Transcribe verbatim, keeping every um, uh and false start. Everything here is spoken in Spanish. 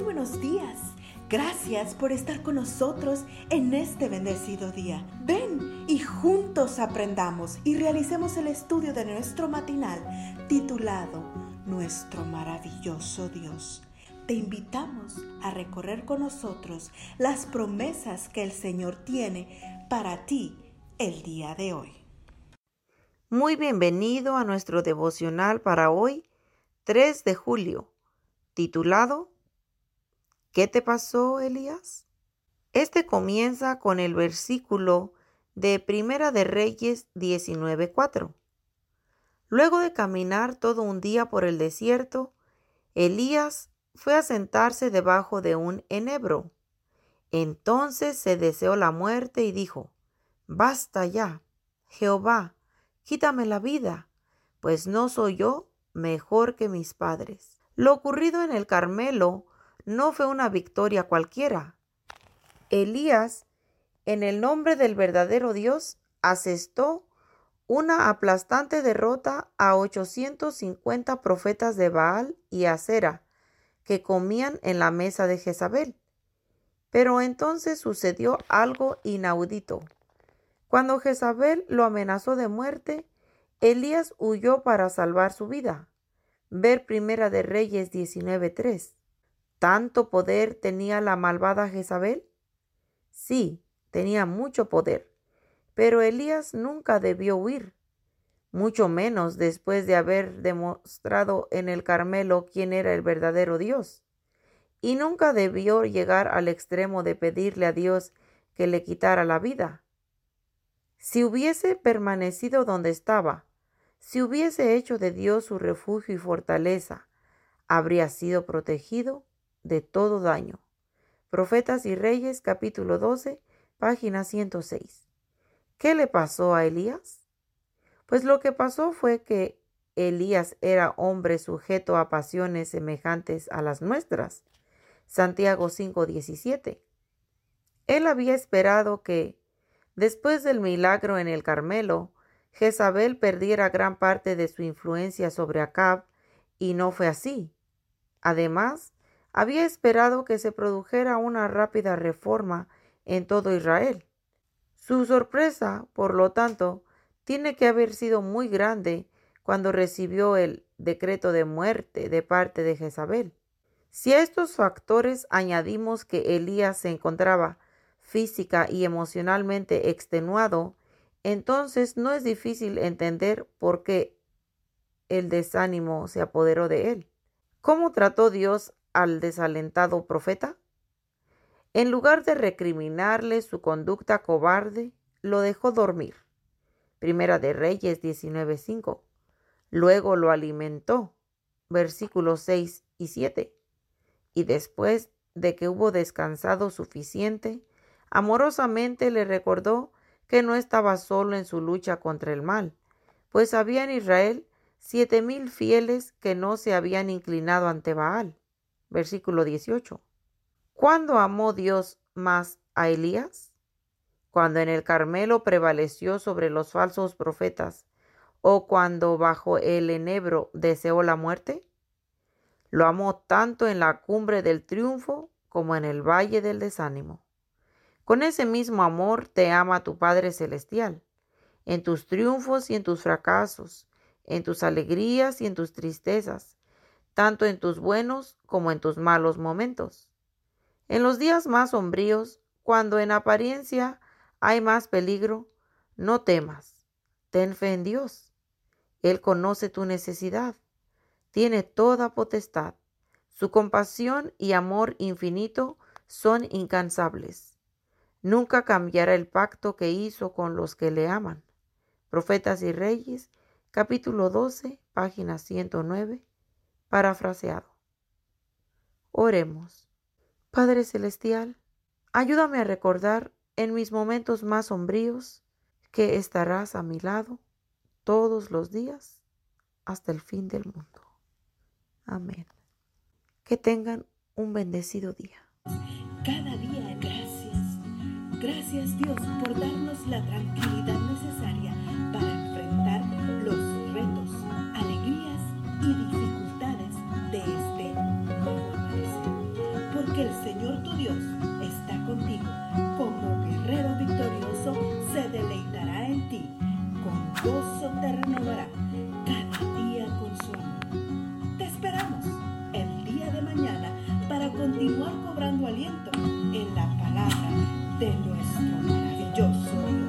buenos días. Gracias por estar con nosotros en este bendecido día. Ven y juntos aprendamos y realicemos el estudio de nuestro matinal titulado Nuestro maravilloso Dios. Te invitamos a recorrer con nosotros las promesas que el Señor tiene para ti el día de hoy. Muy bienvenido a nuestro devocional para hoy, tres de julio, titulado ¿Qué te pasó, Elías? Este comienza con el versículo de Primera de Reyes diecinueve cuatro. Luego de caminar todo un día por el desierto, Elías fue a sentarse debajo de un enebro. Entonces se deseó la muerte y dijo: Basta ya, Jehová, quítame la vida, pues no soy yo mejor que mis padres. Lo ocurrido en el Carmelo no fue una victoria cualquiera. Elías, en el nombre del verdadero Dios, asestó una aplastante derrota a ochocientos cincuenta profetas de Baal y Acera que comían en la mesa de Jezabel. Pero entonces sucedió algo inaudito. Cuando Jezabel lo amenazó de muerte, Elías huyó para salvar su vida. Ver Primera de Reyes diecinueve tres. ¿Tanto poder tenía la malvada Jezabel? Sí, tenía mucho poder, pero Elías nunca debió huir, mucho menos después de haber demostrado en el Carmelo quién era el verdadero Dios. Y nunca debió llegar al extremo de pedirle a Dios que le quitara la vida. Si hubiese permanecido donde estaba, si hubiese hecho de Dios su refugio y fortaleza, habría sido protegido de todo daño. Profetas y Reyes, capítulo doce, página ciento seis. ¿Qué le pasó a Elías? Pues lo que pasó fue que Elías era hombre sujeto a pasiones semejantes a las nuestras. Santiago cinco diecisiete. Él había esperado que, después del milagro en el Carmelo, Jezabel perdiera gran parte de su influencia sobre Acab, y no fue así. Además, había esperado que se produjera una rápida reforma en todo Israel. Su sorpresa, por lo tanto, tiene que haber sido muy grande cuando recibió el decreto de muerte de parte de Jezabel. Si a estos factores añadimos que Elías se encontraba física y emocionalmente extenuado, entonces no es difícil entender por qué el desánimo se apoderó de él. ¿Cómo trató Dios al desalentado profeta? En lugar de recriminarle su conducta cobarde, lo dejó dormir. Primera de Reyes diecinueve cinco. Luego lo alimentó. Versículos seis y siete. Y después de que hubo descansado suficiente, amorosamente le recordó que no estaba solo en su lucha contra el mal, pues había en Israel siete mil fieles que no se habían inclinado ante Baal. Versículo dieciocho. ¿Cuándo amó Dios más a Elías? ¿Cuando en el Carmelo prevaleció sobre los falsos profetas, o cuando bajo el enebro deseó la muerte? Lo amó tanto en la cumbre del triunfo como en el valle del desánimo. Con ese mismo amor te ama tu Padre Celestial, en tus triunfos y en tus fracasos, en tus alegrías y en tus tristezas, tanto en tus buenos como en tus malos momentos. En los días más sombríos, cuando en apariencia hay más peligro, no temas, ten fe en Dios. Él conoce tu necesidad, tiene toda potestad. Su compasión y amor infinito son incansables. Nunca cambiará el pacto que hizo con los que le aman. Profetas y Reyes, capítulo doce, página ciento nueve, parafraseado. Oremos. Padre Celestial, ayúdame a recordar en mis momentos más sombríos que estarás a mi lado todos los días hasta el fin del mundo. Amén. Que tengan un bendecido día. Cada día gracias. Gracias Dios por darnos la tranquilidad necesaria para enfrentar los retos, alegrías y dificultades de este nuevo amanecer. que el Señor tu Dios está contigo. Como guerrero victorioso se deleitará en ti. Con gozo te renovará cada día con su amor. Te esperamos el día de mañana para continuar cobrando aliento en la palabra de nuestro maravilloso Dios.